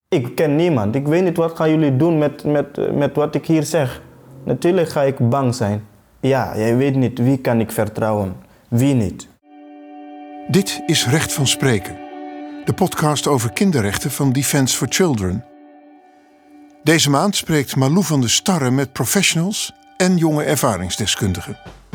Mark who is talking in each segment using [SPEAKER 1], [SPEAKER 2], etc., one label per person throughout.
[SPEAKER 1] Ik ken niemand. Ik weet niet wat gaan jullie doen met wat ik hier zeg. Natuurlijk ga ik bang zijn. Ja, jij weet niet wie kan ik vertrouwen, wie niet.
[SPEAKER 2] Dit is Recht van Spreken, de podcast over kinderrechten van Defence for Children. Deze maand spreekt Malou van der Starre met professionals en jonge ervaringsdeskundigen.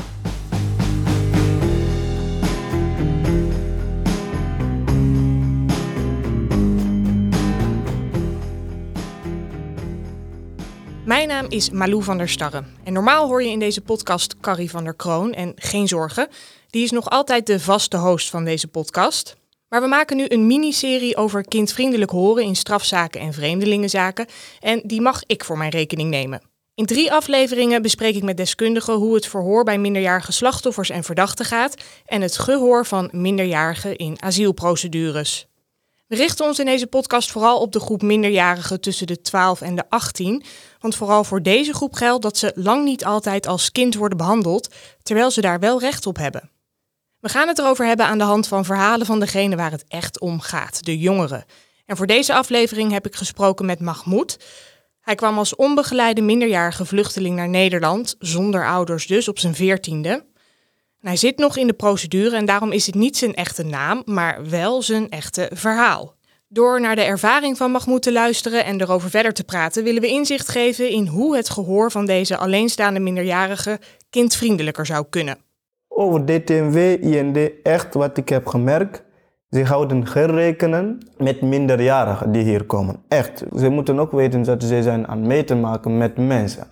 [SPEAKER 3] Mijn naam is Malou van der Starre en normaal hoor je in deze podcast Carrie van der Kroon en geen zorgen. Die is nog altijd de vaste host van deze podcast. Maar we maken nu een miniserie over kindvriendelijk horen in strafzaken en vreemdelingenzaken en die mag ik voor mijn rekening nemen. In 3 afleveringen bespreek ik met deskundigen hoe het verhoor bij minderjarige slachtoffers en verdachten gaat en het gehoor van minderjarigen in asielprocedures. We richten ons in deze podcast vooral op de groep minderjarigen tussen de 12 en de 18. Want vooral voor deze groep geldt dat ze lang niet altijd als kind worden behandeld, terwijl ze daar wel recht op hebben. We gaan het erover hebben aan de hand van verhalen van degene waar het echt om gaat, de jongeren. En voor deze aflevering heb ik gesproken met Mahmoud. Hij kwam als onbegeleide minderjarige vluchteling naar Nederland, zonder ouders dus, op zijn 14e. Hij zit nog in de procedure en daarom is het niet zijn echte naam, maar wel zijn echte verhaal. Door naar de ervaring van Mahmoud te luisteren en erover verder te praten, willen we inzicht geven in hoe het gehoor van deze alleenstaande minderjarige kindvriendelijker zou kunnen.
[SPEAKER 1] Over DTMW, IND, echt wat ik heb gemerkt, ze houden geen rekenen met minderjarigen die hier komen. Echt. Ze moeten ook weten dat ze zijn aan mee te maken met mensen.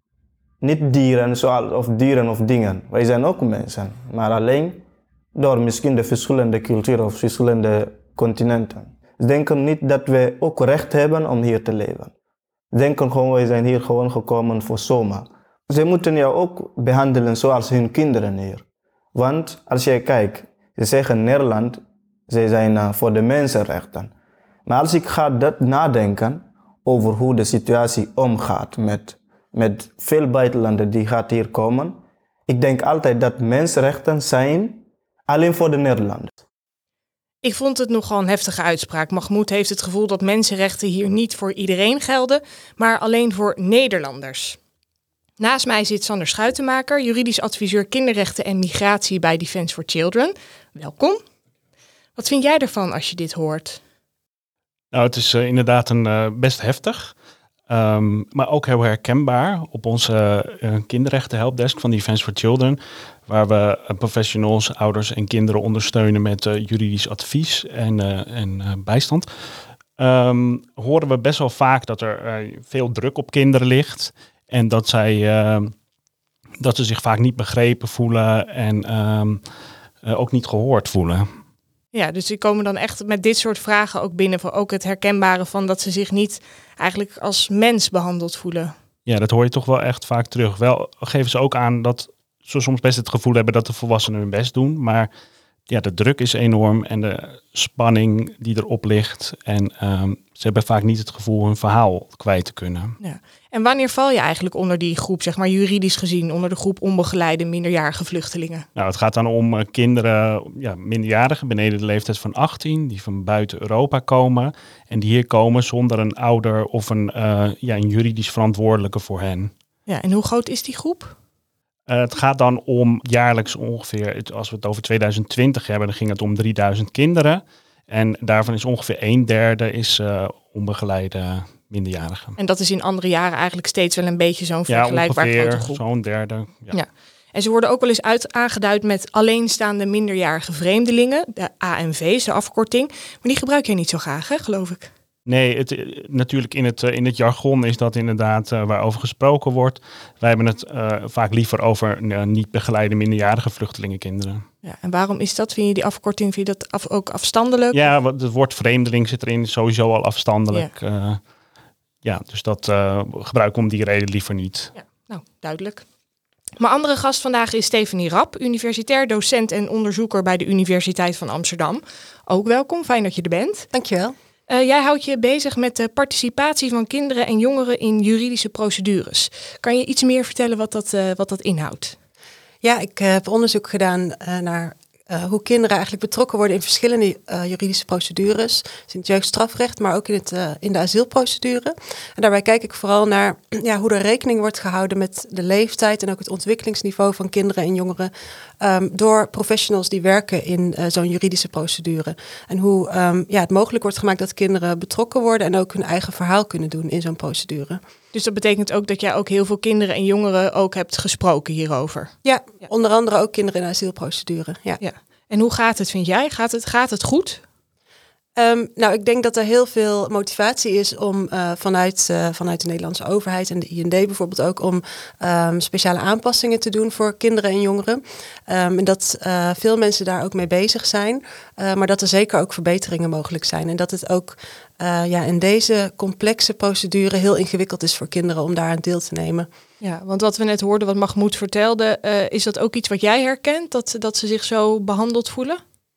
[SPEAKER 1] Niet dieren of dingen. Wij zijn ook mensen, maar alleen door misschien de verschillende culturen of verschillende continenten. Ze denken niet dat wij ook recht hebben om hier te leven. Ze denken gewoon, wij zijn hier gewoon gekomen voor zomaar. Ze moeten jou ook behandelen zoals hun kinderen hier. Want als jij kijkt, ze zeggen Nederland, ze zijn voor de mensenrechten. Maar als ik ga dat nadenken over hoe de situatie omgaat met veel buitenlanders die gaat hier komen. Ik denk altijd dat mensenrechten zijn alleen voor de Nederlanders.
[SPEAKER 3] Ik vond het nogal een heftige uitspraak. Mahmoud heeft het gevoel dat mensenrechten hier niet voor iedereen gelden, maar alleen voor Nederlanders. Naast mij zit Sander Schuitenmaker, juridisch adviseur kinderrechten en migratie bij Defence for Children. Welkom. Wat vind jij ervan als je dit hoort?
[SPEAKER 4] Nou, het is inderdaad best heftig. Maar ook heel herkenbaar op onze kinderrechten helpdesk van Defence for Children, waar we professionals, ouders en kinderen ondersteunen met juridisch advies en bijstand. Horen we best wel vaak dat er veel druk op kinderen ligt en dat ze zich vaak niet begrepen voelen en ook niet gehoord voelen.
[SPEAKER 3] Ja, dus die komen dan echt met dit soort vragen ook binnen, voor ook het herkenbare van dat ze zich niet eigenlijk als mens behandeld voelen. Ja,
[SPEAKER 4] dat hoor je toch wel echt vaak terug. Wel geven ze ook aan dat ze soms best het gevoel hebben dat de volwassenen hun best doen, maar ja, de druk is enorm en de spanning die erop ligt en ze hebben vaak niet het gevoel hun verhaal kwijt te kunnen. Ja.
[SPEAKER 3] En wanneer val je eigenlijk onder die groep, zeg maar juridisch gezien, onder de groep onbegeleide minderjarige vluchtelingen?
[SPEAKER 4] Nou, het gaat dan om kinderen, minderjarigen beneden de leeftijd van 18, die van buiten Europa komen en die hier komen zonder een ouder of een juridisch verantwoordelijke voor hen.
[SPEAKER 3] Ja, en hoe groot is die groep?
[SPEAKER 4] Het gaat dan om jaarlijks ongeveer, als we het over 2020 hebben, dan ging het om 3000 kinderen. En daarvan is ongeveer 1/3 onbegeleide minderjarigen.
[SPEAKER 3] En dat is in andere jaren eigenlijk steeds wel een beetje zo'n vergelijkbaar grote groep.
[SPEAKER 4] Zo'n derde.
[SPEAKER 3] Ja. En ze worden ook wel eens aangeduid met alleenstaande minderjarige vreemdelingen, de AMV's, de afkorting. Maar die gebruik je niet zo graag, hè, geloof ik.
[SPEAKER 4] Nee, natuurlijk in het jargon is dat inderdaad waarover gesproken wordt. Wij hebben het vaak liever over niet begeleide minderjarige vluchtelingenkinderen.
[SPEAKER 3] Ja, en waarom is dat? Vind je die afkorting ook afstandelijk?
[SPEAKER 4] Ja, want het woord vreemdeling zit erin, sowieso al afstandelijk. Ja. Dus dat gebruiken we om die reden liever niet.
[SPEAKER 3] Ja, nou, duidelijk. Mijn andere gast vandaag is Stephanie Rapp, universitair docent en onderzoeker bij de Universiteit van Amsterdam. Ook welkom, fijn dat je er bent.
[SPEAKER 5] Dankjewel.
[SPEAKER 3] Jij houdt je bezig met de participatie van kinderen en jongeren in juridische procedures. Kan je iets meer vertellen wat dat inhoudt?
[SPEAKER 5] Ja, ik heb onderzoek gedaan naar hoe kinderen eigenlijk betrokken worden in verschillende juridische procedures. Dus in het jeugdstrafrecht, maar ook in de asielprocedure. En daarbij kijk ik vooral naar hoe er rekening wordt gehouden met de leeftijd en ook het ontwikkelingsniveau van kinderen en jongeren door professionals die werken in zo'n juridische procedure. En hoe het mogelijk wordt gemaakt dat kinderen betrokken worden en ook hun eigen verhaal kunnen doen in zo'n procedure.
[SPEAKER 3] Dus dat betekent ook dat jij ook heel veel kinderen en jongeren ook hebt gesproken hierover?
[SPEAKER 5] Ja, onder andere ook kinderen in de asielprocedure. Ja.
[SPEAKER 3] En hoe gaat het, vind jij? Gaat het goed?
[SPEAKER 5] Ik denk dat er heel veel motivatie is om vanuit de Nederlandse overheid en de IND bijvoorbeeld ook om speciale aanpassingen te doen voor kinderen en jongeren. En dat veel mensen daar ook mee bezig zijn, maar dat er zeker ook verbeteringen mogelijk zijn. En dat het ook in deze complexe procedure heel ingewikkeld is voor kinderen om daaraan deel te nemen.
[SPEAKER 3] Ja, want wat we net hoorden, wat Mahmoud vertelde, is dat ook iets wat jij herkent, dat ze zich zo behandeld voelen?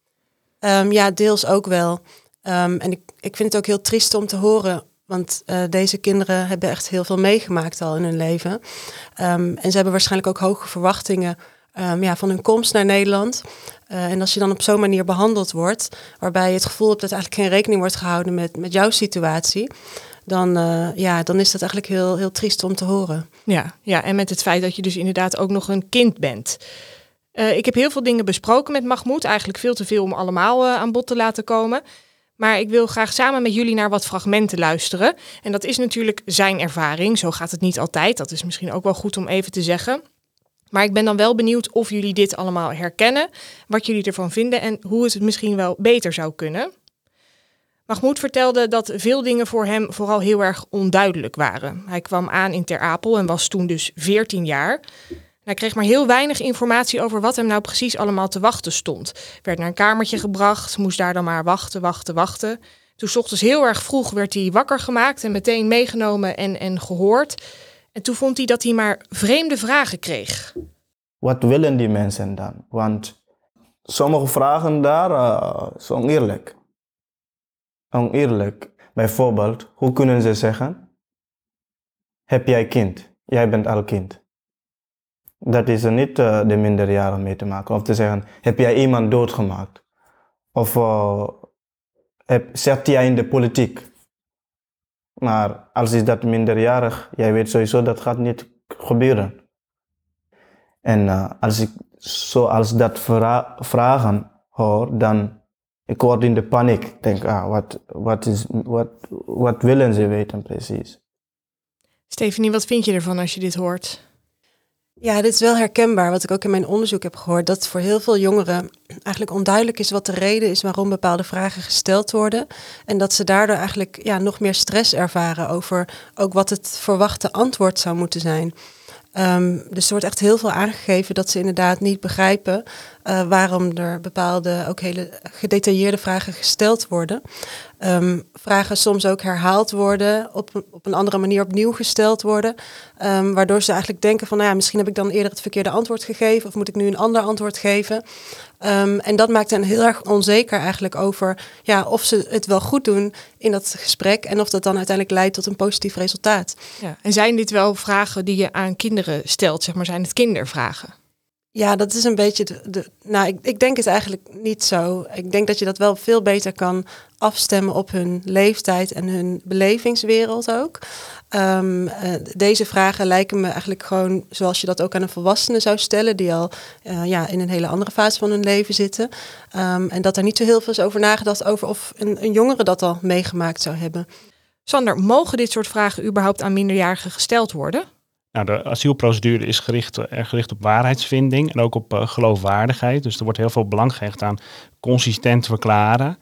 [SPEAKER 5] Deels ook wel. En ik vind het ook heel triest om te horen, want deze kinderen hebben echt heel veel meegemaakt al in hun leven. En ze hebben waarschijnlijk ook hoge verwachtingen van hun komst naar Nederland. En als je dan op zo'n manier behandeld wordt, waarbij je het gevoel hebt dat eigenlijk geen rekening wordt gehouden met jouw situatie, dan is dat eigenlijk heel, heel triest om te horen.
[SPEAKER 3] Ja, en met het feit dat je dus inderdaad ook nog een kind bent. Ik heb heel veel dingen besproken met Mahmoud, eigenlijk veel te veel om allemaal aan bod te laten komen. Maar ik wil graag samen met jullie naar wat fragmenten luisteren. En dat is natuurlijk zijn ervaring. Zo gaat het niet altijd. Dat is misschien ook wel goed om even te zeggen. Maar ik ben dan wel benieuwd of jullie dit allemaal herkennen. Wat jullie ervan vinden en hoe het misschien wel beter zou kunnen. Mahmoud vertelde dat veel dingen voor hem vooral heel erg onduidelijk waren. Hij kwam aan in Ter Apel en was toen dus 14 jaar. Hij kreeg maar heel weinig informatie over wat hem nou precies allemaal te wachten stond. Werd naar een kamertje gebracht, moest daar dan maar wachten. Toen 's ochtends heel erg vroeg werd hij wakker gemaakt en meteen meegenomen en gehoord. En toen vond hij dat hij maar vreemde vragen kreeg.
[SPEAKER 1] Wat willen die mensen dan? Want sommige vragen daar zijn oneerlijk. Oneerlijk. Bijvoorbeeld, hoe kunnen ze zeggen: heb jij kind? Jij bent al kind. Dat is er niet de minderjarigen mee te maken. Of te zeggen: heb jij iemand doodgemaakt? Of zit jij in de politiek? Maar als is dat minderjarig, jij weet sowieso dat gaat niet gebeuren. En als ik zoals dat vragen hoor, dan ik word in de paniek. Ik denk, wat willen ze weten precies?
[SPEAKER 3] Stephanie, wat vind je ervan als je dit hoort?
[SPEAKER 5] Ja, dit is wel herkenbaar, wat ik ook in mijn onderzoek heb gehoord, dat voor heel veel jongeren eigenlijk onduidelijk is wat de reden is waarom bepaalde vragen gesteld worden. En dat ze daardoor eigenlijk nog meer stress ervaren over ook wat het verwachte antwoord zou moeten zijn. Dus er wordt echt heel veel aangegeven dat ze inderdaad niet begrijpen waarom er bepaalde, ook hele gedetailleerde vragen gesteld worden. Vragen soms ook herhaald worden, op een andere manier opnieuw gesteld worden. Waardoor ze eigenlijk denken van, misschien heb ik dan eerder het verkeerde antwoord gegeven of moet ik nu een ander antwoord geven. En dat maakt hen heel erg onzeker eigenlijk over of ze het wel goed doen in dat gesprek en of dat dan uiteindelijk leidt tot een positief resultaat.
[SPEAKER 3] Ja, en zijn dit wel vragen die je aan kinderen stelt, zeg maar, zijn het kindervragen?
[SPEAKER 5] Ja, dat is een beetje ik denk het eigenlijk niet zo. Ik denk dat je dat wel veel beter kan afstemmen op hun leeftijd en hun belevingswereld ook. Deze vragen lijken me eigenlijk gewoon zoals je dat ook aan een volwassene zou stellen, die al in een hele andere fase van hun leven zitten. En dat er niet zo heel veel is over nagedacht over of een jongere dat al meegemaakt zou hebben.
[SPEAKER 3] Sander, mogen dit soort vragen überhaupt aan minderjarigen gesteld worden?
[SPEAKER 4] Nou, de asielprocedure is gericht op waarheidsvinding en ook op geloofwaardigheid. Dus er wordt heel veel belang gehecht aan consistent verklaren.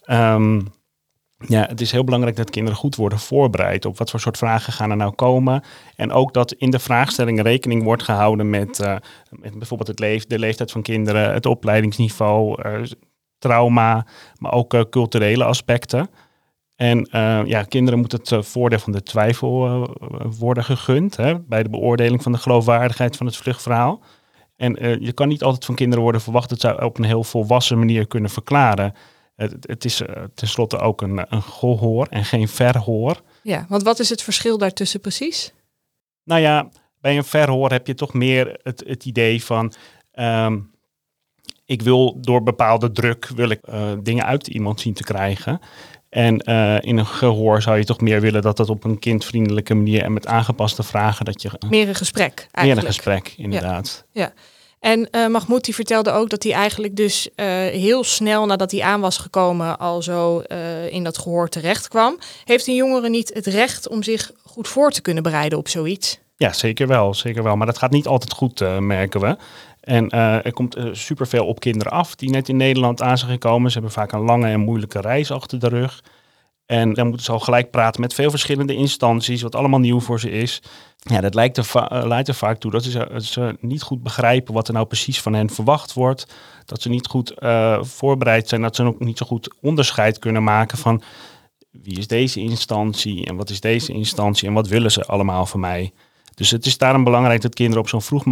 [SPEAKER 4] Het is heel belangrijk dat kinderen goed worden voorbereid op wat voor soort vragen gaan er nou komen. En ook dat in de vraagstelling rekening wordt gehouden met bijvoorbeeld de leeftijd van kinderen, het opleidingsniveau, trauma, maar ook culturele aspecten. En kinderen moeten het voordeel van de twijfel worden gegund bij de beoordeling van de geloofwaardigheid van het vluchtverhaal. En je kan niet altijd van kinderen worden verwacht dat zij op een heel volwassen manier kunnen verklaren. Het is tenslotte ook een gehoor en geen verhoor.
[SPEAKER 3] Ja, want wat is het verschil daartussen precies?
[SPEAKER 4] Nou ja, bij een verhoor heb je toch meer het idee van ik wil door bepaalde druk dingen uit iemand zien te krijgen. En in een gehoor zou je toch meer willen dat op een kindvriendelijke manier en met aangepaste vragen dat je...
[SPEAKER 3] Meer een gesprek eigenlijk.
[SPEAKER 4] Meer een gesprek, inderdaad.
[SPEAKER 3] Ja. En Mahmoud die vertelde ook dat hij eigenlijk dus heel snel nadat hij aan was gekomen al zo in dat gehoor terecht kwam. Heeft een jongere niet het recht om zich goed voor te kunnen bereiden op zoiets?
[SPEAKER 4] Ja, zeker wel. Maar dat gaat niet altijd goed, merken we. En er komt superveel op kinderen af die net in Nederland aan zijn gekomen. Ze hebben vaak een lange en moeilijke reis achter de rug. En dan moeten ze al gelijk praten met veel verschillende instanties, wat allemaal nieuw voor ze is. Ja, dat leidt er vaak toe dat ze niet goed begrijpen wat er nou precies van hen verwacht wordt. Dat ze niet goed voorbereid zijn, dat ze ook niet zo goed onderscheid kunnen maken van wie is deze instantie en wat is deze instantie en wat willen ze allemaal van mij. Dus het is daarom belangrijk dat kinderen op zo vroeg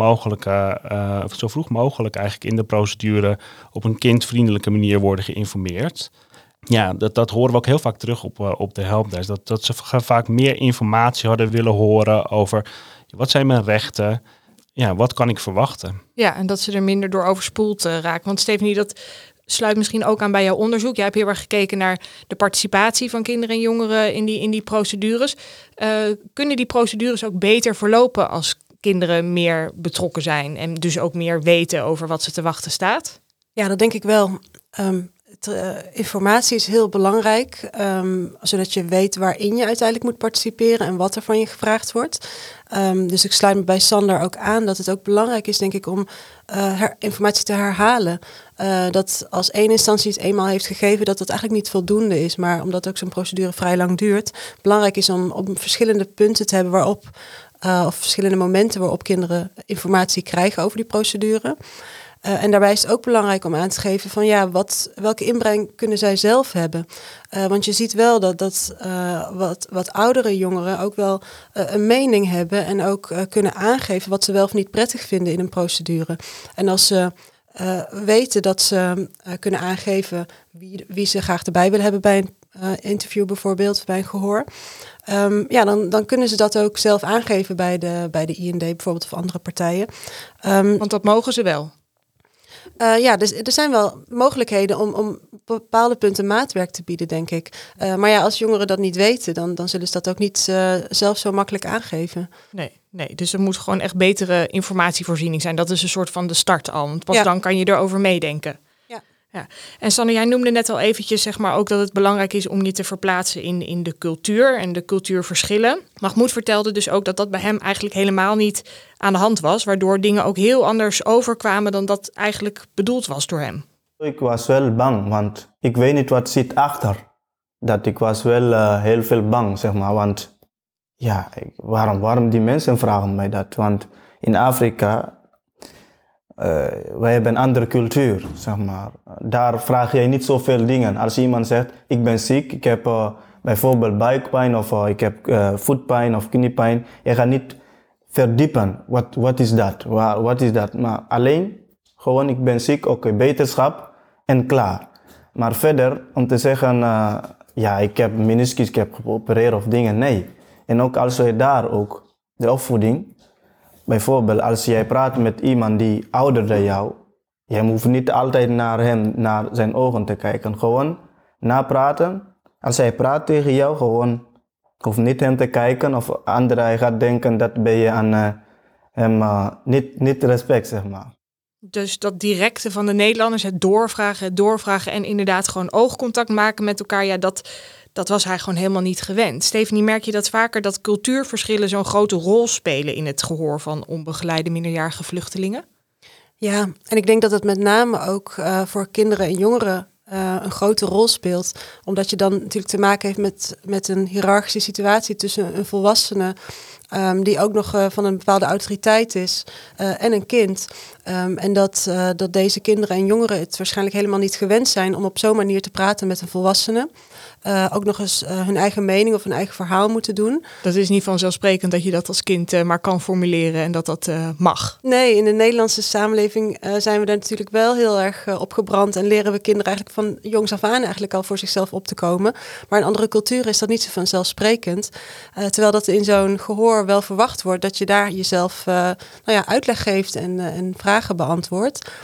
[SPEAKER 4] mogelijk eigenlijk in de procedure op een kindvriendelijke manier worden geïnformeerd. Ja, dat horen we ook heel vaak terug op de helpdesk. Dat ze vaak meer informatie hadden willen horen over wat zijn mijn rechten, ja, wat kan ik verwachten.
[SPEAKER 3] Ja, en dat ze er minder door overspoeld raken. Want Stephanie, dat sluit misschien ook aan bij jouw onderzoek. Jij hebt heel erg gekeken naar de participatie van kinderen en jongeren in die procedures. Kunnen die procedures ook beter verlopen als kinderen meer betrokken zijn en dus ook meer weten over wat ze te wachten staat?
[SPEAKER 5] Ja, dat denk ik wel. Informatie is heel belangrijk, zodat je weet waarin je uiteindelijk moet participeren en wat er van je gevraagd wordt. Dus ik sluit me bij Sander ook aan dat het ook belangrijk is, denk ik, om informatie te herhalen. Dat als één instantie het eenmaal heeft gegeven, dat eigenlijk niet voldoende is. Maar omdat ook zo'n procedure vrij lang duurt, belangrijk is om verschillende punten te hebben of verschillende momenten waarop kinderen informatie krijgen over die procedure. En daarbij is het ook belangrijk om aan te geven van welke inbreng kunnen zij zelf hebben. Want je ziet wel dat wat oudere jongeren ook wel een mening hebben en ook kunnen aangeven wat ze wel of niet prettig vinden in een procedure. En als ze weten dat ze kunnen aangeven wie ze graag erbij willen hebben bij een interview bijvoorbeeld, of bij een gehoor. Dan kunnen ze dat ook zelf aangeven bij de IND bijvoorbeeld of andere partijen.
[SPEAKER 3] Want dat mogen ze wel.
[SPEAKER 5] Dus er zijn wel mogelijkheden om op bepaalde punten maatwerk te bieden, denk ik. Maar ja, als jongeren dat niet weten, dan zullen ze dat ook niet zelf zo makkelijk aangeven.
[SPEAKER 3] Nee, dus er moet gewoon echt betere informatievoorziening zijn. Dat is een soort van de start al, want pas dan kan je erover meedenken. Ja. En Sanne, jij noemde net al eventjes zeg maar ook dat het belangrijk is om je te verplaatsen in de cultuur en de cultuurverschillen. Mahmoud vertelde dus ook dat bij hem eigenlijk helemaal niet aan de hand was, waardoor dingen ook heel anders overkwamen dan dat eigenlijk bedoeld was door hem.
[SPEAKER 1] Ik was wel bang, want ik weet niet wat zit achter. Ik was wel heel veel bang, zeg maar, want ja, waarom die mensen vragen mij dat? Want in Afrika wij hebben een andere cultuur, zeg maar. Daar vraag je niet zoveel dingen. Als iemand zegt, ik ben ziek, ik heb bijvoorbeeld buikpijn of ik heb voetpijn of kniepijn. Je gaat niet verdiepen. Wat is dat? Wat is dat? Maar alleen, gewoon ik ben ziek, oké, beterschap en klaar. Maar verder, om te zeggen, ik heb meniscus, ik heb geopereerd of dingen, nee. En ook als je daar ook, de opvoeding. Bijvoorbeeld, als jij praat met iemand die ouder dan jou, je hoeft niet altijd naar zijn ogen te kijken. Gewoon napraten. Als hij praat tegen jou, gewoon hoeft niet hem te kijken of hij gaat denken dat ben je aan hem niet respect, zeg maar.
[SPEAKER 3] Dus dat directe van de Nederlanders, het doorvragen en inderdaad gewoon oogcontact maken met elkaar, ja, dat was hij gewoon helemaal niet gewend. Stephanie, merk je dat vaker dat cultuurverschillen zo'n grote rol spelen in het gehoor van onbegeleide minderjarige vluchtelingen?
[SPEAKER 5] Ja, en ik denk dat het met name ook voor kinderen en jongeren een grote rol speelt. Omdat je dan natuurlijk te maken heeft met een hiërarchische situatie tussen een volwassene die ook nog van een bepaalde autoriteit is en een kind. En dat deze kinderen en jongeren het waarschijnlijk helemaal niet gewend zijn om op zo'n manier te praten met een volwassene. Ook nog eens hun eigen mening of hun eigen verhaal moeten doen.
[SPEAKER 3] Dat is niet vanzelfsprekend dat je dat als kind maar kan formuleren en dat mag.
[SPEAKER 5] Nee, in de Nederlandse samenleving zijn we daar natuurlijk wel heel erg op gebrand en leren we kinderen eigenlijk van jongs af aan eigenlijk al voor zichzelf op te komen. Maar in andere culturen is dat niet zo vanzelfsprekend. Terwijl dat in zo'n gehoor wel verwacht wordt dat je daar jezelf uitleg geeft en vragen beantwoordt.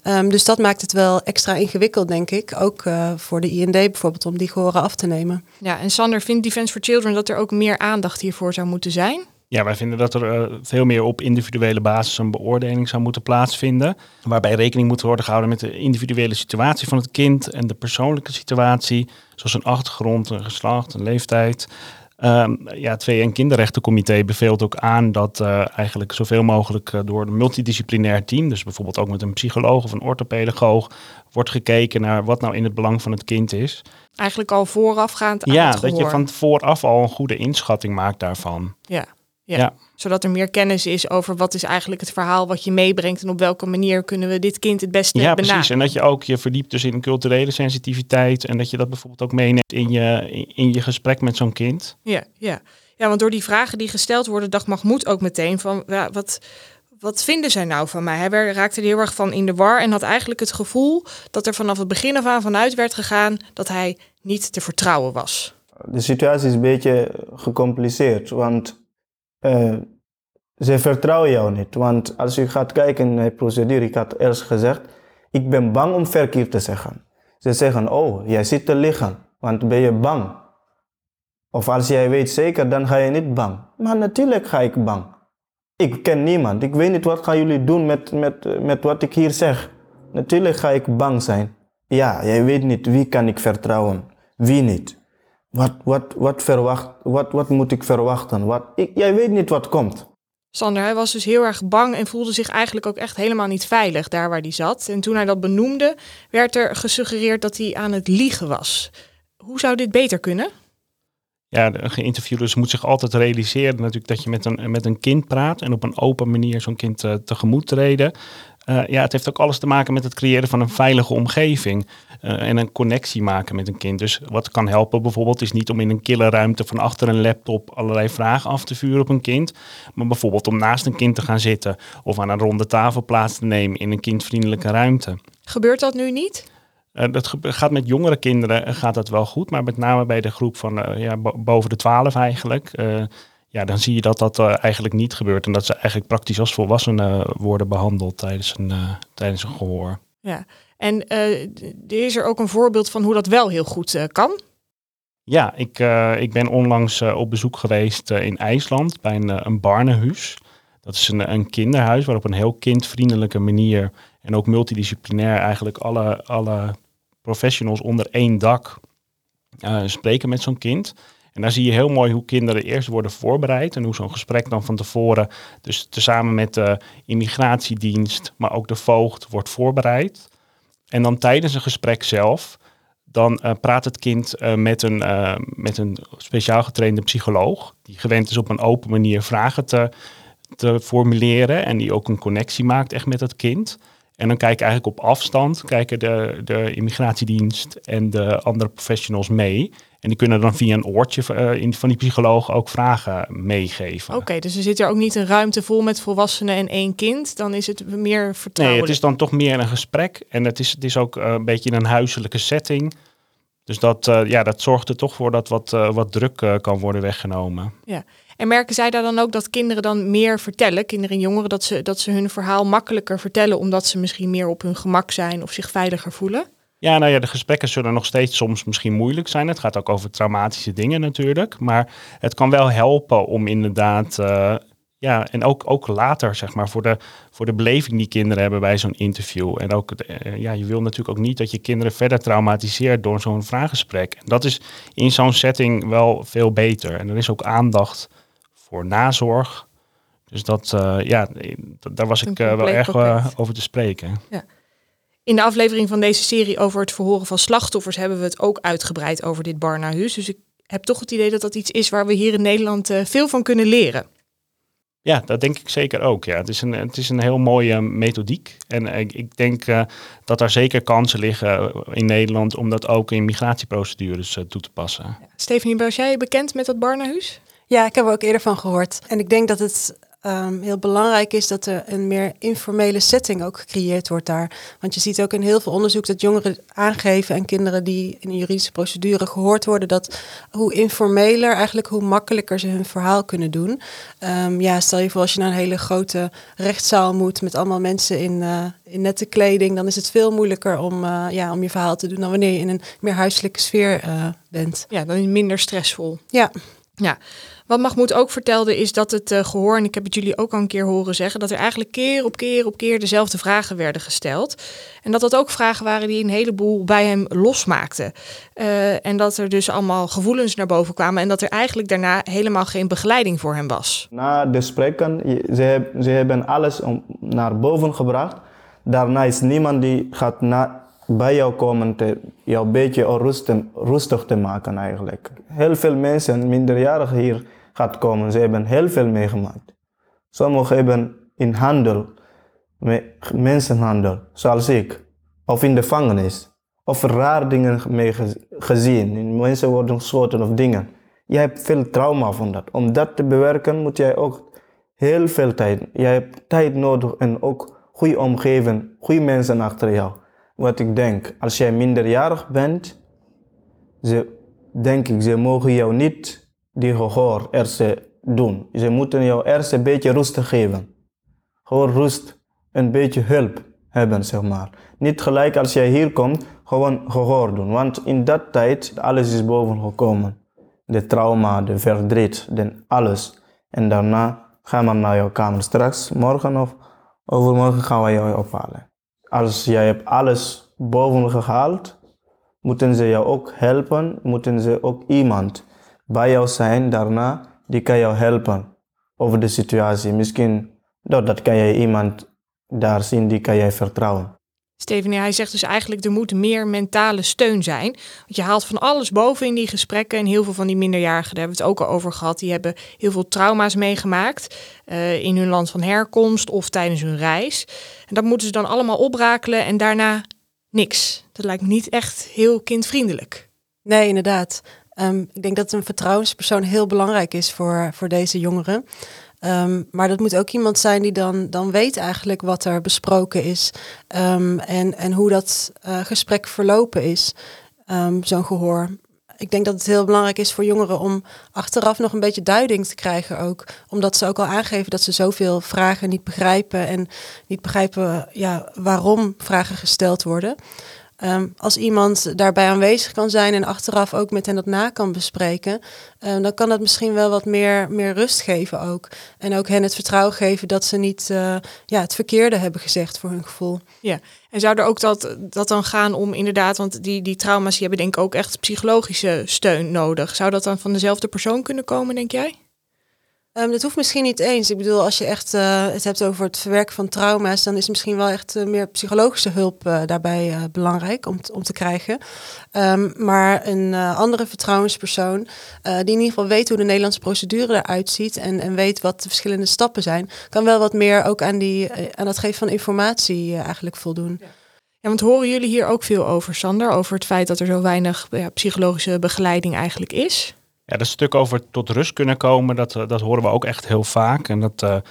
[SPEAKER 5] Dus dat maakt het wel extra ingewikkeld, denk ik. Ook voor de IND bijvoorbeeld, om die gehoren af te nemen.
[SPEAKER 3] Ja, en Sander, vindt Defence for Children dat er ook meer aandacht hiervoor zou moeten zijn?
[SPEAKER 4] Ja, wij vinden dat er veel meer op individuele basis een beoordeling zou moeten plaatsvinden. Waarbij rekening moet worden gehouden met de individuele situatie van het kind en de persoonlijke situatie. Zoals een achtergrond, een geslacht, een leeftijd. Het VN-kinderrechtencomité beveelt ook aan dat eigenlijk zoveel mogelijk door een multidisciplinair team, dus bijvoorbeeld ook met een psycholoog of een orthopedagoog, wordt gekeken naar wat nou in het belang van het kind is.
[SPEAKER 3] Eigenlijk al voorafgaand aan het gehoor.
[SPEAKER 4] Dat je van vooraf al een goede inschatting maakt daarvan.
[SPEAKER 3] Ja, zodat er meer kennis is over wat is eigenlijk het verhaal wat je meebrengt en op welke manier kunnen we dit kind het beste benaderen. Ja,
[SPEAKER 4] precies. En dat je ook je verdiept dus in een culturele sensitiviteit en dat je dat bijvoorbeeld ook meeneemt in je gesprek met zo'n kind.
[SPEAKER 3] Ja, want door die vragen die gesteld worden, dacht Mahmoud ook meteen van wat vinden zij nou van mij? Hij raakte er heel erg van in de war en had eigenlijk het gevoel dat er vanaf het begin af aan vanuit werd gegaan dat hij niet te vertrouwen was.
[SPEAKER 1] De situatie is een beetje gecompliceerd, want ze vertrouwen jou niet. Want als je gaat kijken naar de procedure, ik had eerst gezegd, ik ben bang om verkeerd te zeggen. Ze zeggen, oh, jij zit te liggen, want ben je bang? Of als jij weet zeker, dan ga je niet bang. Maar natuurlijk ga ik bang. Ik ken niemand. Ik weet niet wat gaan jullie doen met wat ik hier zeg. Natuurlijk ga ik bang zijn. Ja, jij weet niet wie kan ik vertrouwen, wie niet. Wat moet ik verwachten? Jij weet niet wat komt.
[SPEAKER 3] Sander, hij was dus heel erg bang en voelde zich eigenlijk ook echt helemaal niet veilig daar waar hij zat. En toen hij dat benoemde, werd er gesuggereerd dat hij aan het liegen was. Hoe zou dit beter kunnen?
[SPEAKER 4] Ja, de geïnterviewde moet zich altijd realiseren natuurlijk dat je met een kind praat en op een open manier zo'n kind tegemoet treden. Het heeft ook alles te maken met het creëren van een veilige omgeving en een connectie maken met een kind. Dus wat kan helpen bijvoorbeeld is niet om in een kille ruimte van achter een laptop allerlei vragen af te vuren op een kind. Maar bijvoorbeeld om naast een kind te gaan zitten of aan een ronde tafel plaats te nemen in een kindvriendelijke ruimte.
[SPEAKER 3] Gebeurt dat nu niet?
[SPEAKER 4] Dat gaat met jongere kinderen gaat dat wel goed, maar met name bij de groep van boven de 12 eigenlijk. Dan zie je dat eigenlijk niet gebeurt en dat ze eigenlijk praktisch als volwassenen worden behandeld tijdens een gehoor.
[SPEAKER 3] Ja, en is er ook een voorbeeld van hoe dat wel heel goed kan?
[SPEAKER 4] Ja, ik ben onlangs op bezoek geweest in IJsland bij een barnehuis. Dat is een kinderhuis waar op een heel kindvriendelijke manier en ook multidisciplinair eigenlijk alle professionals onder één dak spreken met zo'n kind. En daar zie je heel mooi hoe kinderen eerst worden voorbereid en hoe zo'n gesprek dan van tevoren, dus tezamen met de immigratiedienst, maar ook de voogd, wordt voorbereid. En dan tijdens een gesprek zelf, dan praat het kind met een speciaal getrainde psycholoog, die gewend is op een open manier vragen te formuleren en die ook een connectie maakt echt met het kind. En dan kijken eigenlijk op afstand, kijken de immigratiedienst en de andere professionals mee. En die kunnen dan via een oortje van die psycholoog ook vragen meegeven.
[SPEAKER 3] Oké, dus er zit er ook niet een ruimte vol met volwassenen en één kind. Dan is het meer vertrouwelijk.
[SPEAKER 4] Nee, het is dan toch meer een gesprek. En het is ook een beetje een huiselijke setting. Dus dat zorgt er toch voor dat wat druk kan worden weggenomen.
[SPEAKER 3] Ja. En merken zij daar dan ook dat kinderen dan meer vertellen, kinderen en jongeren, dat ze hun verhaal makkelijker vertellen omdat ze misschien meer op hun gemak zijn of zich veiliger voelen?
[SPEAKER 4] Ja, de gesprekken zullen nog steeds soms misschien moeilijk zijn. Het gaat ook over traumatische dingen natuurlijk. Maar het kan wel helpen om inderdaad, en ook later zeg maar, voor de beleving die kinderen hebben bij zo'n interview. En ook, je wil natuurlijk ook niet dat je kinderen verder traumatiseert door zo'n vraaggesprek. En dat is in zo'n setting wel veel beter. En er is ook aandacht voor nazorg. Dus daar was ik wel erg over te spreken.
[SPEAKER 3] Ja. In de aflevering van deze serie over het verhoren van slachtoffers hebben we het ook uitgebreid over dit barnhuis. Dus ik heb toch het idee dat dat iets is waar we hier in Nederland veel van kunnen leren.
[SPEAKER 4] Ja, dat denk ik zeker ook. Ja. Het is een heel mooie methodiek. En ik denk dat er zeker kansen liggen in Nederland om dat ook in migratieprocedures toe te passen.
[SPEAKER 3] Ja. Stephanie, was jij bekend met dat barnhuis?
[SPEAKER 5] Ja, ik heb er ook eerder van gehoord. En ik denk dat het heel belangrijk is dat er een meer informele setting ook gecreëerd wordt daar. Want je ziet ook in heel veel onderzoek dat jongeren aangeven en kinderen die in een juridische procedure gehoord worden, dat hoe informeler eigenlijk, hoe makkelijker ze hun verhaal kunnen doen. Stel je voor als je naar een hele grote rechtszaal moet met allemaal mensen in nette kleding, dan is het veel moeilijker om je verhaal te doen dan wanneer je in een meer huiselijke sfeer bent.
[SPEAKER 3] Ja, dan is het minder stressvol.
[SPEAKER 5] Ja.
[SPEAKER 3] Ja, wat Mahmoud ook vertelde is dat het gehoor, en ik heb het jullie ook al een keer horen zeggen, dat er eigenlijk keer op keer dezelfde vragen werden gesteld. En dat ook vragen waren die een heleboel bij hem losmaakten. En dat er dus allemaal gevoelens naar boven kwamen en dat er eigenlijk daarna helemaal geen begeleiding voor hem was.
[SPEAKER 1] Na de gesprekken, ze hebben alles naar boven gebracht. Daarna is niemand die gaat bij jou komen te jou een beetje rustig te maken eigenlijk. Heel veel mensen, minderjarigen hier gaat komen, ze hebben heel veel meegemaakt. Sommigen hebben in handel, mensenhandel, zoals ik, of in de gevangenis, of raar dingen mee gezien. Mensen worden geschoten of dingen. Je hebt veel trauma van dat. Om dat te bewerken moet jij ook heel veel tijd. Jij hebt tijd nodig en ook goede omgeving, goede mensen achter jou. Wat ik denk, als jij minderjarig bent, ze mogen jou niet die gehoor eerst doen. Ze moeten jou eerst een beetje rust geven. Gewoon rust, een beetje hulp hebben, zeg maar. Niet gelijk als jij hier komt, gewoon gehoor doen. Want in dat tijd, alles is boven gekomen. De trauma, de verdriet, alles. En daarna gaan we naar jouw kamer. Straks, morgen of overmorgen gaan we jou ophalen. Als jij hebt alles boven gehaald, moeten ze jou ook helpen. Moeten ze ook iemand bij jou zijn daarna, die kan jou helpen over de situatie. Misschien dat kan je iemand daar zien, die kan jij vertrouwen.
[SPEAKER 3] Stefanie, hij zegt dus eigenlijk er moet meer mentale steun zijn. Want je haalt van alles boven in die gesprekken. En heel veel van die minderjarigen, daar hebben we het ook al over gehad. Die hebben heel veel trauma's meegemaakt. In hun land van herkomst of tijdens hun reis. En dat moeten ze dan allemaal oprakelen en daarna niks. Dat lijkt me niet echt heel kindvriendelijk.
[SPEAKER 5] Nee, inderdaad. Ik denk dat een vertrouwenspersoon heel belangrijk is voor deze jongeren. Maar dat moet ook iemand zijn die dan weet eigenlijk wat er besproken is. En hoe dat gesprek verlopen is. Zo'n gehoor. Ik denk dat het heel belangrijk is voor jongeren om achteraf nog een beetje duiding te krijgen ook. Omdat ze ook al aangeven dat ze zoveel vragen niet begrijpen. En niet begrijpen waarom vragen gesteld worden. Als iemand daarbij aanwezig kan zijn en achteraf ook met hen dat na kan bespreken, dan kan dat misschien wel wat meer rust geven ook. En ook hen het vertrouwen geven dat ze niet het verkeerde hebben gezegd voor hun gevoel.
[SPEAKER 3] Ja, en zou er ook dat dan gaan om inderdaad, want die trauma's die hebben denk ik ook echt psychologische steun nodig. Zou dat dan van dezelfde persoon kunnen komen, denk jij?
[SPEAKER 5] Dat hoeft misschien niet eens. Ik bedoel, als je echt het hebt over het verwerken van trauma's, dan is misschien wel echt meer psychologische hulp daarbij belangrijk om te krijgen. Maar een andere vertrouwenspersoon, die in ieder geval weet hoe de Nederlandse procedure eruit ziet en weet wat de verschillende stappen zijn, kan wel wat meer ook aan dat geven van informatie eigenlijk voldoen.
[SPEAKER 3] Ja, want horen jullie hier ook veel over, Sander? Over het feit dat er zo weinig psychologische begeleiding eigenlijk is?
[SPEAKER 4] Ja, dat stuk over tot rust kunnen komen, dat horen we ook echt heel vaak. En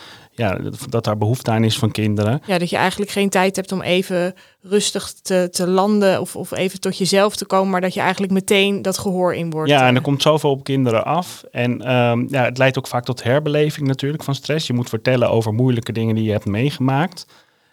[SPEAKER 4] dat daar behoefte aan is van kinderen.
[SPEAKER 3] Ja, dat je eigenlijk geen tijd hebt om even rustig te landen of even tot jezelf te komen, maar dat je eigenlijk meteen dat gehoor in wordt.
[SPEAKER 4] Ja, en er komt zoveel op kinderen af. En het leidt ook vaak tot herbeleving natuurlijk van stress. Je moet vertellen over moeilijke dingen die je hebt meegemaakt.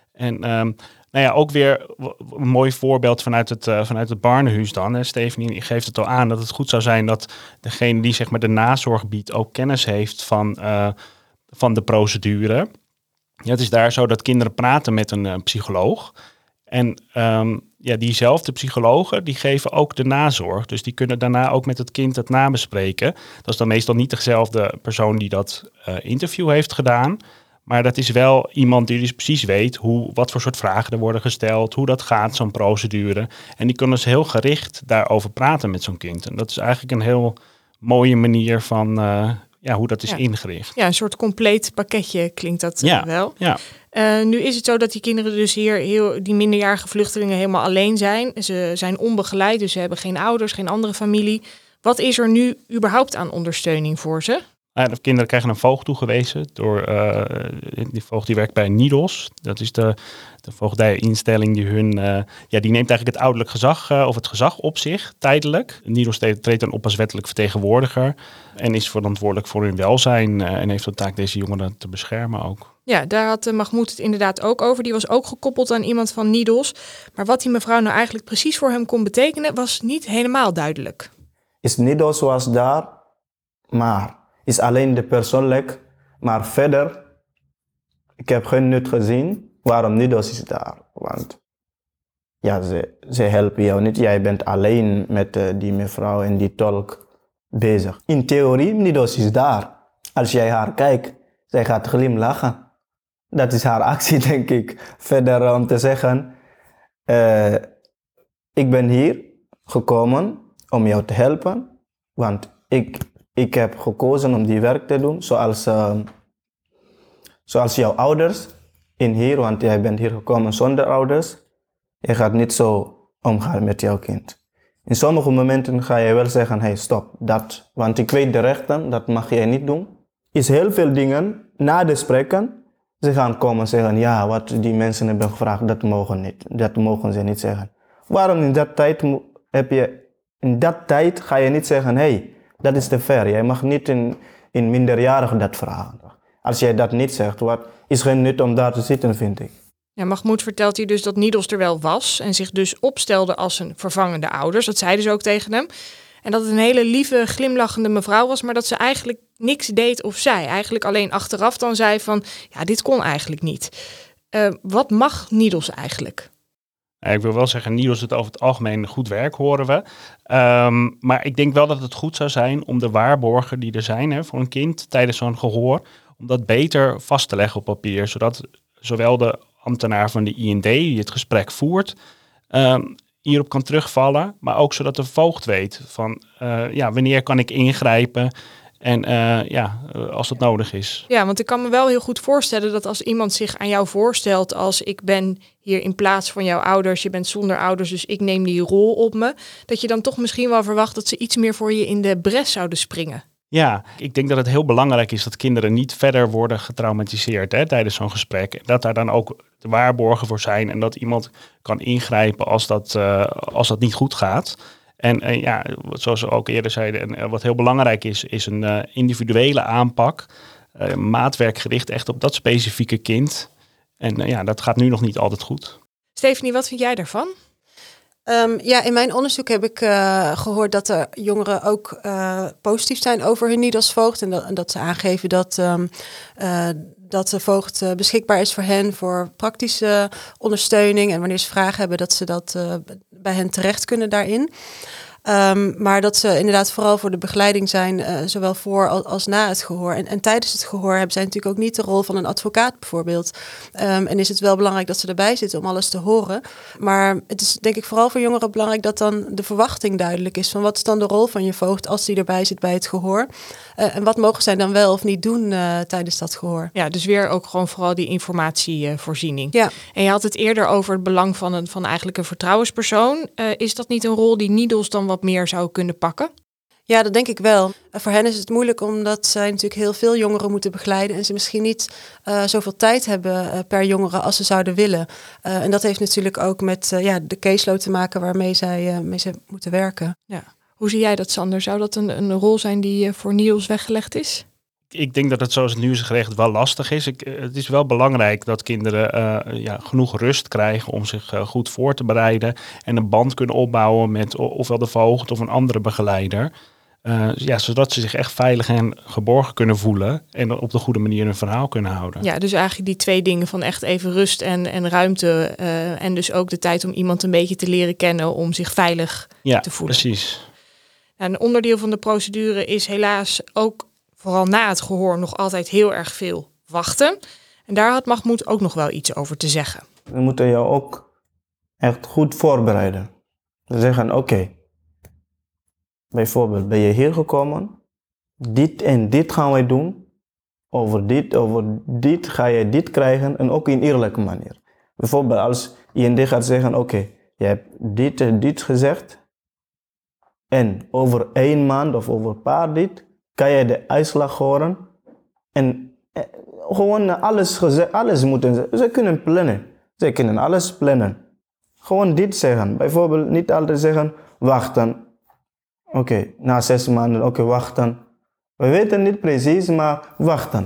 [SPEAKER 4] En ook weer een mooi voorbeeld vanuit het Barnehuis dan. Stephanie geeft het al aan dat het goed zou zijn dat degene die zeg maar de nazorg biedt ook kennis heeft van de procedure. Ja, het is daar zo dat kinderen praten met een psycholoog. En diezelfde psychologen die geven ook de nazorg. Dus die kunnen daarna ook met het kind het nabespreken. Dat is dan meestal niet dezelfde persoon die dat interview heeft gedaan. Maar dat is wel iemand die dus precies weet wat voor soort vragen er worden gesteld, hoe dat gaat, zo'n procedure. En die kunnen dus heel gericht daarover praten met zo'n kind. En dat is eigenlijk een heel mooie manier van hoe dat is ingericht. Ja,
[SPEAKER 3] een soort compleet pakketje klinkt dat wel.
[SPEAKER 4] Ja.
[SPEAKER 3] Nu is het zo dat die kinderen dus hier, die minderjarige vluchtelingen, helemaal alleen zijn. Ze zijn onbegeleid, dus ze hebben geen ouders, geen andere familie. Wat is er nu überhaupt aan ondersteuning voor ze?
[SPEAKER 4] De kinderen krijgen een voogd toegewezen. Die voogd die werkt bij NIDOS. Dat is de voogdijinstelling die die neemt eigenlijk het ouderlijk gezag of het gezag op zich, tijdelijk. NIDOS treedt dan op als wettelijk vertegenwoordiger en is verantwoordelijk voor hun welzijn en heeft de taak deze jongeren te beschermen ook.
[SPEAKER 3] Ja, daar had Mahmoud het inderdaad ook over. Die was ook gekoppeld aan iemand van NIDOS. Maar wat die mevrouw nou eigenlijk precies voor hem kon betekenen, was niet helemaal duidelijk.
[SPEAKER 1] Is NIDOS was daar, maar is alleen de persoonlijk. Maar verder, ik heb geen nut gezien waarom NIDOS is daar. Want ja, ze helpen jou niet. Jij bent alleen met die mevrouw en die tolk bezig. In theorie, NIDOS is daar. Als jij haar kijkt, zij gaat glimlachen. Dat is haar actie, denk ik. Verder om te zeggen, ik ben hier gekomen om jou te helpen. Want ik heb gekozen om die werk te doen, zoals jouw ouders in hier, want jij bent hier gekomen zonder ouders. Je gaat niet zo omgaan met jouw kind. In sommige momenten ga je wel zeggen, hey, stop, dat. Want ik weet de rechten, dat mag jij niet doen. Is heel veel dingen, na de gesprekken, ze gaan komen zeggen, ja, wat die mensen hebben gevraagd, dat mogen niet. Dat mogen ze niet zeggen. Waarom in dat tijd ga je niet zeggen, hey, dat is te ver. Jij mag niet in minderjarigen dat vragen. Als jij dat niet zegt, is geen nut om daar te zitten, vind ik.
[SPEAKER 3] Ja, Mahmoud vertelt hier dus dat NIDOS er wel was en zich dus opstelde als een vervangende ouders. Dat zeiden ze ook tegen hem. En dat het een hele lieve, glimlachende mevrouw was, maar dat ze eigenlijk niks deed of zei. Eigenlijk alleen achteraf dan zei van, ja, dit kon eigenlijk niet. Wat mag NIDOS eigenlijk?
[SPEAKER 4] Ik wil wel zeggen, NIDOS doet over het algemeen goed werk, horen we. Maar ik denk wel dat het goed zou zijn om de waarborgen die er zijn voor een kind tijdens zo'n gehoor, om dat beter vast te leggen op papier. Zodat zowel de ambtenaar van de IND die het gesprek voert, hierop kan terugvallen. Maar ook zodat de voogd weet van wanneer kan ik ingrijpen. En als dat nodig is.
[SPEAKER 3] Ja, want ik kan me wel heel goed voorstellen dat als iemand zich aan jou voorstelt als ik ben hier in plaats van jouw ouders, je bent zonder ouders, dus ik neem die rol op me, dat je dan toch misschien wel verwacht dat ze iets meer voor je in de bres zouden springen.
[SPEAKER 4] Ja, ik denk dat het heel belangrijk is dat kinderen niet verder worden getraumatiseerd tijdens zo'n gesprek. Dat daar dan ook de waarborgen voor zijn en dat iemand kan ingrijpen als dat niet goed gaat. En zoals we ook eerder zeiden, en wat heel belangrijk is een individuele aanpak. Maatwerkgericht echt op dat specifieke kind. En dat gaat nu nog niet altijd goed.
[SPEAKER 3] Stephanie, wat vind jij daarvan?
[SPEAKER 5] In mijn onderzoek heb ik gehoord dat de jongeren ook positief zijn over hun NIDOS-voogd. En dat ze aangeven dat de voogd beschikbaar is voor hen voor praktische ondersteuning. En wanneer ze vragen hebben, dat ze dat bij hen terecht kunnen daarin. Maar dat ze inderdaad vooral voor de begeleiding zijn, zowel voor als na het gehoor. En tijdens het gehoor hebben zij natuurlijk ook niet de rol van een advocaat bijvoorbeeld. En is het wel belangrijk dat ze erbij zitten om alles te horen. Maar het is denk ik vooral voor jongeren belangrijk dat dan de verwachting duidelijk is. Van wat is dan de rol van je voogd als die erbij zit bij het gehoor? En wat mogen zij dan wel of niet doen tijdens dat gehoor?
[SPEAKER 3] Ja, dus weer ook gewoon vooral die informatievoorziening.
[SPEAKER 5] Ja.
[SPEAKER 3] En je had het eerder over het belang van eigenlijk een vertrouwenspersoon. Is dat niet een rol die NIDOS dan wat meer zou kunnen pakken?
[SPEAKER 5] Ja, dat denk ik wel. Voor hen is het moeilijk omdat zij natuurlijk heel veel jongeren moeten begeleiden en ze misschien niet zoveel tijd hebben per jongere als ze zouden willen. En dat heeft natuurlijk ook met de caseload te maken waarmee zij moeten werken.
[SPEAKER 3] Ja. Hoe zie jij dat, Sander? Zou dat een rol zijn die voor NIDOS weggelegd is?
[SPEAKER 4] Ik denk dat het zoals het nu is geregeld wel lastig is. Het is wel belangrijk dat kinderen genoeg rust krijgen om zich goed voor te bereiden. En een band kunnen opbouwen met ofwel de voogd of een andere begeleider. Zodat ze zich echt veilig en geborgen kunnen voelen. En op de goede manier hun verhaal kunnen houden. Ja,
[SPEAKER 3] dus eigenlijk die twee dingen van echt even rust en ruimte. En dus ook de tijd om iemand een beetje te leren kennen om zich veilig te voelen.
[SPEAKER 4] Precies.
[SPEAKER 3] Een onderdeel van de procedure is helaas ook vooral na het gehoor nog altijd heel erg veel wachten. En daar had Mahmoud ook nog wel iets over te zeggen.
[SPEAKER 1] We moeten jou ook echt goed voorbereiden. We zeggen, oké, bijvoorbeeld ben je hier gekomen, dit en dit gaan wij doen, over dit ga je dit krijgen en ook in eerlijke manier. Bijvoorbeeld als IND gaat zeggen, oké, je hebt dit en dit gezegd en over 1 maand of over een paar dit kan je de uitslag horen. En gewoon alles moeten ze kunnen plannen. Ze kunnen alles plannen. Gewoon dit zeggen. Bijvoorbeeld niet altijd zeggen, wachten. Oké, na 6 maanden, wachten. We weten niet precies, maar wachten.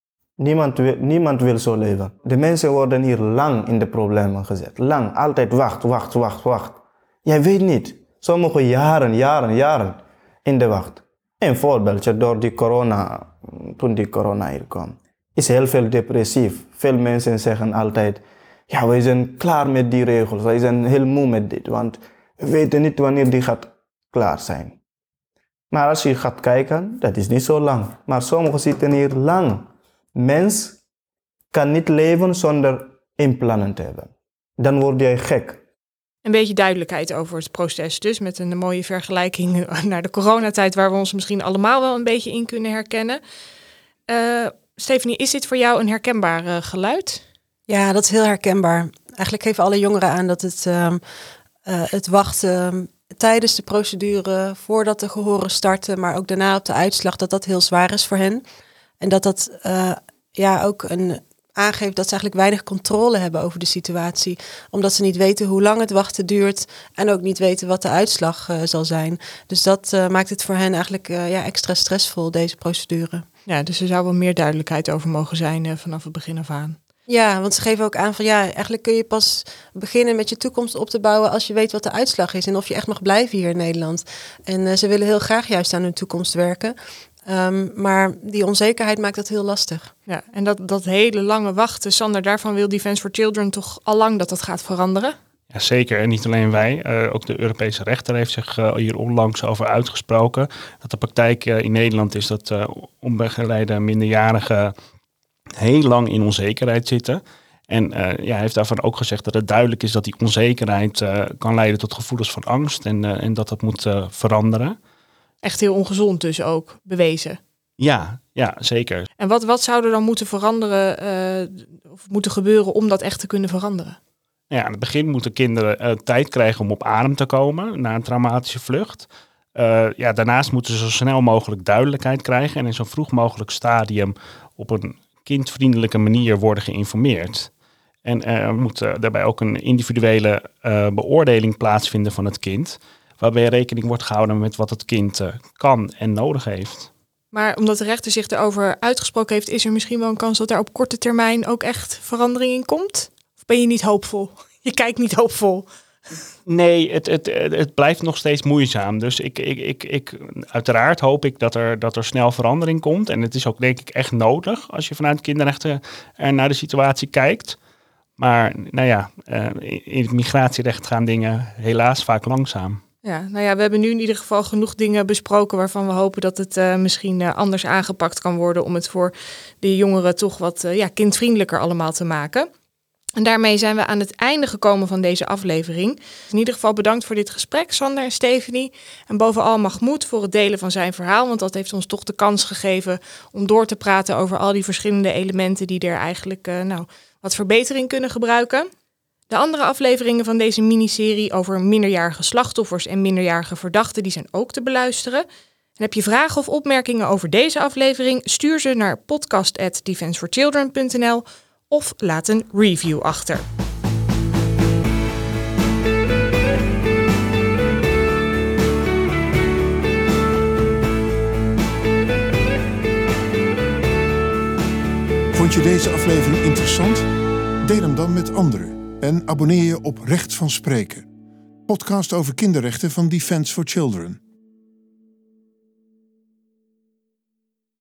[SPEAKER 1] Niemand wil zo leven. De mensen worden hier lang in de problemen gezet. Lang, altijd wacht. Jij weet niet. Sommige jaren in de wacht. Een voorbeeldje door die corona, toen die corona hier kwam, is heel veel depressief. Veel mensen zeggen altijd, ja, wij zijn klaar met die regels. Wij zijn heel moe met dit, want we weten niet wanneer die gaat klaar zijn. Maar als je gaat kijken, dat is niet zo lang. Maar sommigen zitten hier lang. Mens kan niet leven zonder inplannen te hebben. Dan word jij gek.
[SPEAKER 3] Een beetje duidelijkheid over het proces dus, met een mooie vergelijking naar de coronatijd, waar we ons misschien allemaal wel een beetje in kunnen herkennen. Stephanie, is dit voor jou een herkenbaar geluid?
[SPEAKER 5] Ja, dat is heel herkenbaar. Eigenlijk geven alle jongeren aan dat het wachten tijdens de procedure, voordat de gehoren starten, maar ook daarna op de uitslag, dat heel zwaar is voor hen. En dat ook aangeeft dat ze eigenlijk weinig controle hebben over de situatie. Omdat ze niet weten hoe lang het wachten duurt en ook niet weten wat de uitslag zal zijn. Dus dat maakt het voor hen eigenlijk extra stressvol, deze procedure.
[SPEAKER 3] Ja, dus er zou wel meer duidelijkheid over mogen zijn vanaf het begin af aan.
[SPEAKER 5] Ja, want ze geven ook aan van eigenlijk kun je pas beginnen met je toekomst op te bouwen als je weet wat de uitslag is en of je echt mag blijven hier in Nederland. En ze willen heel graag juist aan hun toekomst werken. Maar die onzekerheid maakt dat heel lastig.
[SPEAKER 3] Ja, en dat hele lange wachten, Sander, daarvan wil Defence for Children toch al lang dat gaat veranderen?
[SPEAKER 4] Ja, zeker. En niet alleen wij. Ook de Europese rechter heeft zich hier onlangs over uitgesproken. Dat de praktijk in Nederland is dat onbegeleide minderjarigen heel lang in onzekerheid zitten. En hij heeft daarvan ook gezegd dat het duidelijk is dat die onzekerheid kan leiden tot gevoelens van angst en dat moet veranderen.
[SPEAKER 3] Echt heel ongezond dus ook, bewezen.
[SPEAKER 4] Ja, zeker.
[SPEAKER 3] En wat zou er dan moeten veranderen of moeten gebeuren om dat echt te kunnen veranderen?
[SPEAKER 4] Ja, aan het begin moeten kinderen tijd krijgen om op adem te komen na een traumatische vlucht. Daarnaast moeten ze zo snel mogelijk duidelijkheid krijgen en in zo vroeg mogelijk stadium op een kindvriendelijke manier worden geïnformeerd. En er moet daarbij ook een individuele beoordeling plaatsvinden van het kind, waarbij rekening wordt gehouden met wat het kind kan en nodig heeft.
[SPEAKER 3] Maar omdat de rechter zich erover uitgesproken heeft, is er misschien wel een kans dat er op korte termijn ook echt verandering in komt? Of ben je niet hoopvol? Je kijkt niet hoopvol.
[SPEAKER 4] Nee, het blijft nog steeds moeizaam. Dus uiteraard hoop ik dat er snel verandering komt. En het is ook denk ik echt nodig als je vanuit kinderrechten naar de situatie kijkt. Maar in het migratierecht gaan dingen helaas vaak langzaam.
[SPEAKER 3] Ja, we hebben nu in ieder geval genoeg dingen besproken waarvan we hopen dat het misschien anders aangepakt kan worden om het voor de jongeren toch wat kindvriendelijker allemaal te maken. En daarmee zijn we aan het einde gekomen van deze aflevering. In ieder geval bedankt voor dit gesprek, Sander en Stephanie. En bovenal Mahmoud voor het delen van zijn verhaal, want dat heeft ons toch de kans gegeven om door te praten over al die verschillende elementen die er eigenlijk wat verbetering kunnen gebruiken. De andere afleveringen van deze miniserie over minderjarige slachtoffers en minderjarige verdachten, die zijn ook te beluisteren. En heb je vragen of opmerkingen over deze aflevering, stuur ze naar podcast@defenseforchildren.nl of laat een review achter.
[SPEAKER 2] Vond je deze aflevering interessant? Deel hem dan met anderen. En abonneer je op Recht van Spreken, podcast over kinderrechten van Defence for Children.